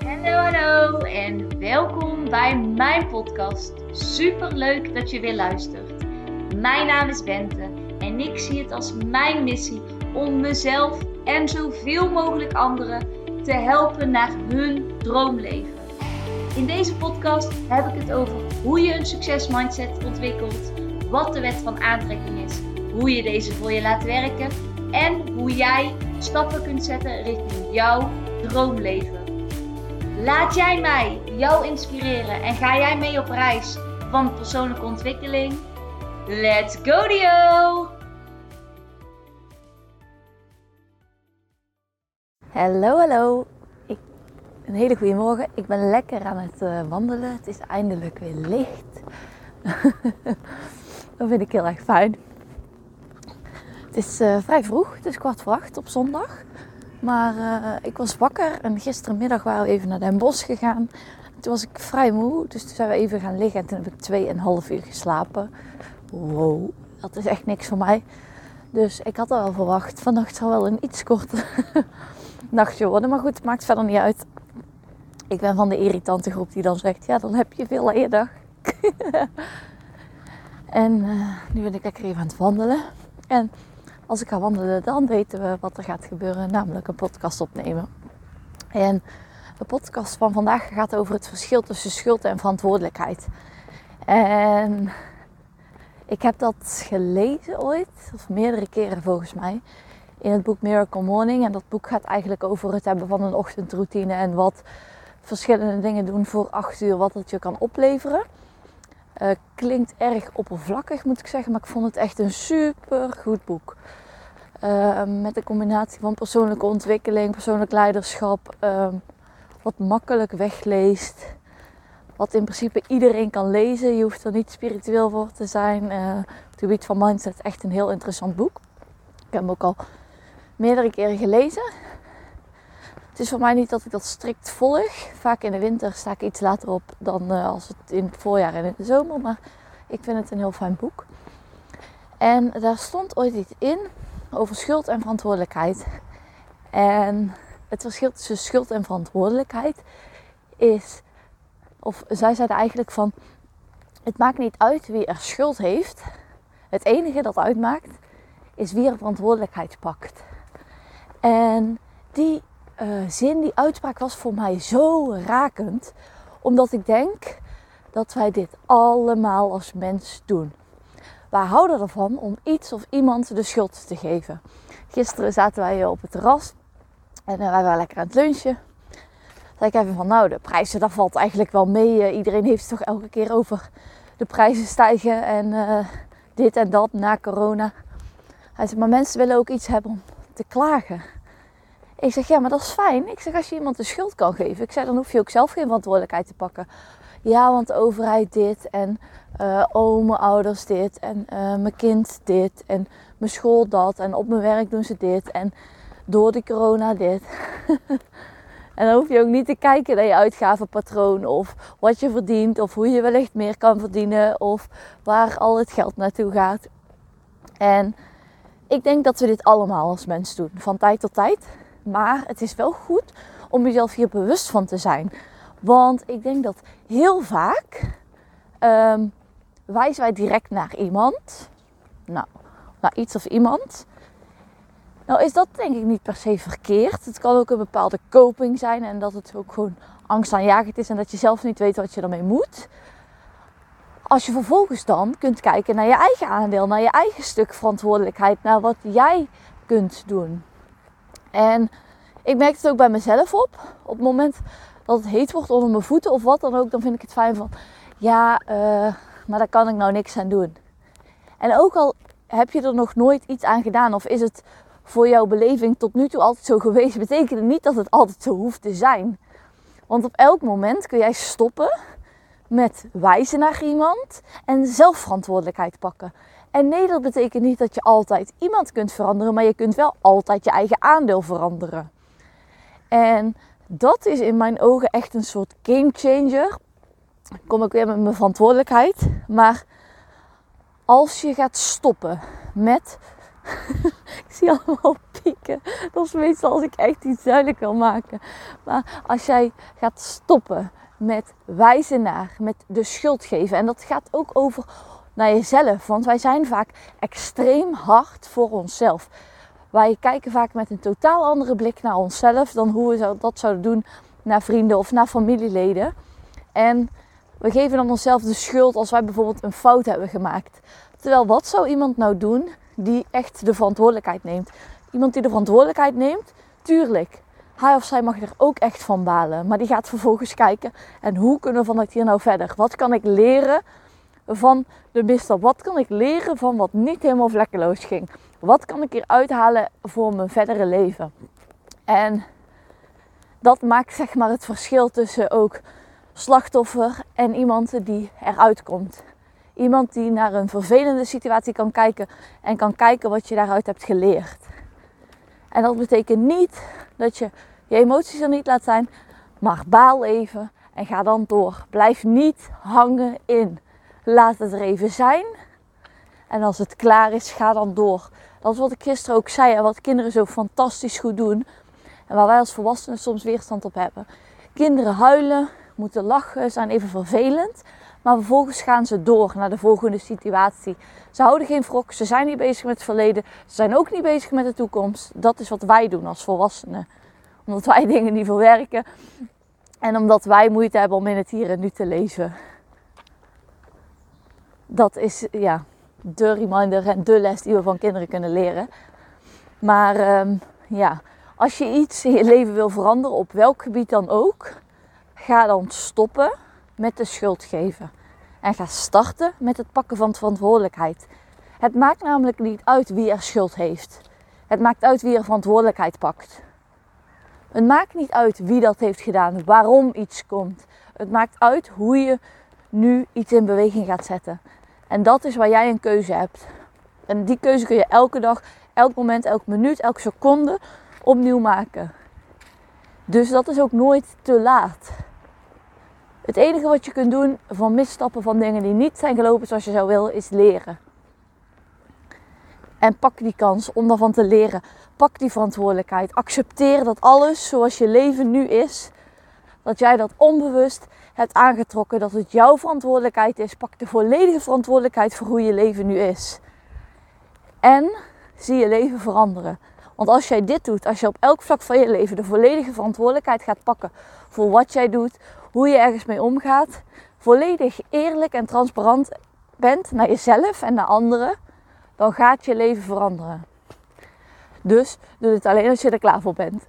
Hallo en welkom bij mijn podcast. Super leuk dat je weer luistert. Mijn naam is Bente en ik zie het als mijn missie om mezelf en zoveel mogelijk anderen te helpen naar hun droomleven. In deze podcast heb ik het over hoe je een succesmindset ontwikkelt, wat de wet van aantrekking is, hoe je deze voor je laat werken en hoe jij stappen kunt zetten richting jouw droomleven. Laat jij mij jou inspireren en ga jij mee op reis van persoonlijke ontwikkeling? Let's go Dio! Hallo. Een hele goede morgen. Ik ben lekker aan het wandelen. Het is eindelijk weer licht. Dat vind ik heel erg fijn. Het is vrij vroeg. Het is 7:15 op zondag. Maar ik was wakker en gisterenmiddag waren we even naar Den Bosch gegaan. Toen was ik vrij moe, dus toen zijn we even gaan liggen en toen heb ik 2,5 uur geslapen. Wow, dat is echt niks voor mij. Dus ik had al wel verwacht, vannacht zal wel een iets korter nachtje worden. Maar goed, het maakt verder niet uit. Ik ben van de irritante groep die dan zegt, ja dan heb je veel aan je dag. En nu ben ik lekker even aan het wandelen. En als ik ga wandelen, dan weten we wat er gaat gebeuren, namelijk een podcast opnemen. En de podcast van vandaag gaat over het verschil tussen schuld en verantwoordelijkheid. En ik heb dat gelezen ooit, of meerdere keren volgens mij, in het boek Miracle Morning. En dat boek gaat eigenlijk over het hebben van een ochtendroutine en wat verschillende dingen doen voor 8 uur, wat het je kan opleveren. Klinkt erg oppervlakkig moet ik zeggen, maar ik vond het echt een super goed boek. Met een combinatie van persoonlijke ontwikkeling, persoonlijk leiderschap, wat makkelijk wegleest. Wat in principe iedereen kan lezen. Je hoeft er niet spiritueel voor te zijn. Op het gebied van mindset echt een heel interessant boek. Ik heb hem ook al meerdere keren gelezen. Het is voor mij niet dat ik dat strikt volg. Vaak in de winter sta ik iets later op dan als het in het voorjaar en in de zomer. Maar ik vind het een heel fijn boek. En daar stond ooit iets in over schuld en verantwoordelijkheid. En het verschil tussen schuld en verantwoordelijkheid is, of zij zeiden eigenlijk van, het maakt niet uit wie er schuld heeft. Het enige dat uitmaakt is wie er verantwoordelijkheid pakt. En die die uitspraak was voor mij zo rakend. Omdat ik denk dat wij dit allemaal als mens doen. Wij houden ervan om iets of iemand de schuld te geven. Gisteren zaten wij op het terras. En wij waren lekker aan het lunchen. Zei ik even van, nou de prijzen, dat valt eigenlijk wel mee. Iedereen heeft het toch elke keer over de prijzen stijgen. En dit en dat na corona. Hij zei, maar mensen willen ook iets hebben om te klagen. Ik zeg, ja, maar dat is fijn. Ik zeg, als je iemand de schuld kan geven. Ik zeg, dan hoef je ook zelf geen verantwoordelijkheid te pakken. Ja, want de overheid dit. En mijn ouders dit. En mijn kind dit. En mijn school dat. En op mijn werk doen ze dit. En door de corona dit. En dan hoef je ook niet te kijken naar je uitgavenpatroon. Of wat je verdient. Of hoe je wellicht meer kan verdienen. Of waar al het geld naartoe gaat. En ik denk dat we dit allemaal als mens doen. Van tijd tot tijd. Maar het is wel goed om jezelf hier bewust van te zijn. Want ik denk dat heel vaak wijzen wij direct naar iemand. Nou, naar iets of iemand. Nou is dat denk ik niet per se verkeerd. Het kan ook een bepaalde coping zijn. En dat het ook gewoon angstaanjagend is. En dat je zelf niet weet wat je ermee moet. Als je vervolgens dan kunt kijken naar je eigen aandeel. Naar je eigen stuk verantwoordelijkheid. Naar wat jij kunt doen. En ik merk het ook bij mezelf op. Op het moment dat het heet wordt onder mijn voeten of wat dan ook. Dan vind ik het fijn van, ja, maar daar kan ik nou niks aan doen. En ook al heb je er nog nooit iets aan gedaan. Of is het voor jouw beleving tot nu toe altijd zo geweest. Betekent het niet dat het altijd zo hoeft te zijn. Want op elk moment kun jij stoppen met wijzen naar iemand. En zelfverantwoordelijkheid pakken. En nee, dat betekent niet dat je altijd iemand kunt veranderen. Maar je kunt wel altijd je eigen aandeel veranderen. En dat is in mijn ogen echt een soort game changer. Dan kom ik weer met mijn verantwoordelijkheid. Maar als je gaat stoppen met Ik zie allemaal pieken. Dat is meestal als ik echt iets duidelijk wil maken. Maar als jij gaat stoppen met wijzen naar, met de schuld geven. En dat gaat ook over naar jezelf. Want wij zijn vaak extreem hard voor onszelf. Wij kijken vaak met een totaal andere blik naar onszelf dan hoe we dat zouden doen naar vrienden of naar familieleden. En we geven dan onszelf de schuld als wij bijvoorbeeld een fout hebben gemaakt. Terwijl wat zou iemand nou doen die echt de verantwoordelijkheid neemt? Iemand die de verantwoordelijkheid neemt, tuurlijk. Hij of zij mag er ook echt van balen. Maar die gaat vervolgens kijken. En hoe kunnen we vanuit hier nou verder? Wat kan ik leren van de misstap? Wat kan ik leren van wat niet helemaal vlekkeloos ging? Wat kan ik hier uithalen voor mijn verdere leven? En dat maakt zeg maar het verschil tussen ook slachtoffer en iemand die eruit komt. Iemand die naar een vervelende situatie kan kijken en kan kijken wat je daaruit hebt geleerd. En dat betekent niet dat je je emoties er niet laat zijn, maar baal even en ga dan door. Blijf niet hangen in. Laat het er even zijn. En als het klaar is, ga dan door. Dat is wat ik gisteren ook zei en wat kinderen zo fantastisch goed doen. En waar wij als volwassenen soms weerstand op hebben. Kinderen huilen, moeten lachen, zijn even vervelend. Maar vervolgens gaan ze door naar de volgende situatie. Ze houden geen wrok, ze zijn niet bezig met het verleden. Ze zijn ook niet bezig met de toekomst. Dat is wat wij doen als volwassenen. Omdat wij dingen niet verwerken. En omdat wij moeite hebben om in het hier en nu te leven. Dat is de reminder en de les die we van kinderen kunnen leren. Maar als je iets in je leven wil veranderen, op welk gebied dan ook, ga dan stoppen met de schuld geven. En ga starten met het pakken van de verantwoordelijkheid. Het maakt namelijk niet uit wie er schuld heeft. Het maakt uit wie er verantwoordelijkheid pakt. Het maakt niet uit wie dat heeft gedaan, waarom iets komt. Het maakt uit hoe je nu iets in beweging gaat zetten. En dat is waar jij een keuze hebt. En die keuze kun je elke dag, elk moment, elke minuut, elke seconde opnieuw maken. Dus dat is ook nooit te laat. Het enige wat je kunt doen van misstappen, van dingen die niet zijn gelopen zoals je zou willen, is leren. En pak die kans om daarvan te leren. Pak die verantwoordelijkheid. Accepteer dat alles zoals je leven nu is, dat jij dat onbewust hebt aangetrokken, dat het jouw verantwoordelijkheid is. Pak de volledige verantwoordelijkheid voor hoe je leven nu is. En zie je leven veranderen. Want als jij dit doet, als je op elk vlak van je leven de volledige verantwoordelijkheid gaat pakken voor wat jij doet, hoe je ergens mee omgaat, volledig eerlijk en transparant bent naar jezelf en naar anderen, dan gaat je leven veranderen. Dus doe het alleen als je er klaar voor bent.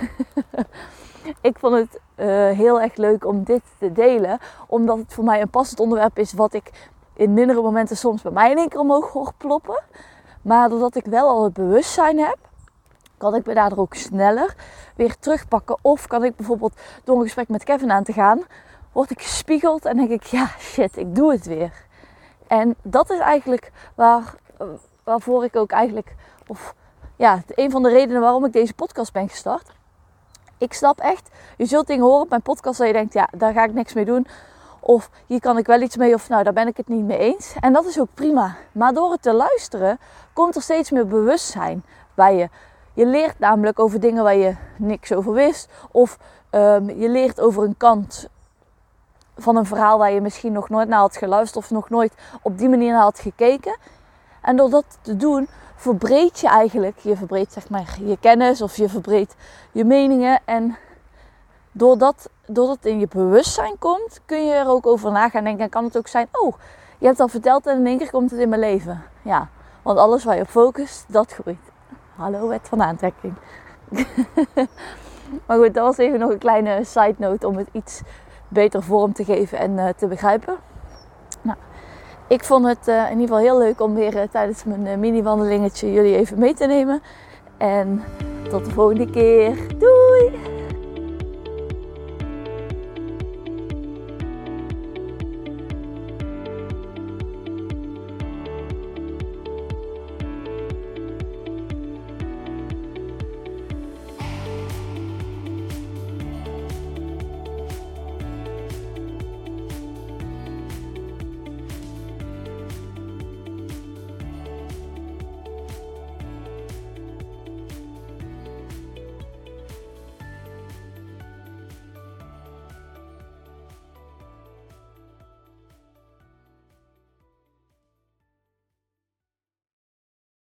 Ik vond het heel erg leuk om dit te delen, omdat het voor mij een passend onderwerp is wat ik in mindere momenten soms bij mij in één keer omhoog hoor ploppen. Maar doordat ik wel al het bewustzijn heb, kan ik me daardoor ook sneller weer terugpakken. Of kan ik bijvoorbeeld door een gesprek met Kevin aan te gaan, word ik gespiegeld en denk ik, ja shit, ik doe het weer. En dat is eigenlijk waarvoor ik ook eigenlijk, een van de redenen waarom ik deze podcast ben gestart. Ik snap echt, je zult dingen horen op mijn podcast dat je denkt, ja, daar ga ik niks mee doen. Of hier kan ik wel iets mee, of nou, daar ben ik het niet mee eens. En dat is ook prima. Maar door het te luisteren, komt er steeds meer bewustzijn bij je. Je leert namelijk over dingen waar je niks over wist. Of je leert over een kant van een verhaal waar je misschien nog nooit naar had geluisterd. Of nog nooit op die manier naar had gekeken. En door dat te doen, verbreed je eigenlijk. Je verbreedt zeg maar je kennis of je verbreedt je meningen. En doordat het in je bewustzijn komt, kun je er ook over na gaan denken. En kan het ook zijn, oh, je hebt al verteld en in één keer komt het in mijn leven. Ja, want alles waar je op focust, dat groeit. Hallo, wet van aantrekking. Maar goed, dat was even nog een kleine side note om het iets beter vorm te geven en te begrijpen. Nou, ik vond het in ieder geval heel leuk om weer tijdens mijn mini-wandelingetje jullie even mee te nemen. En tot de volgende keer. Doei!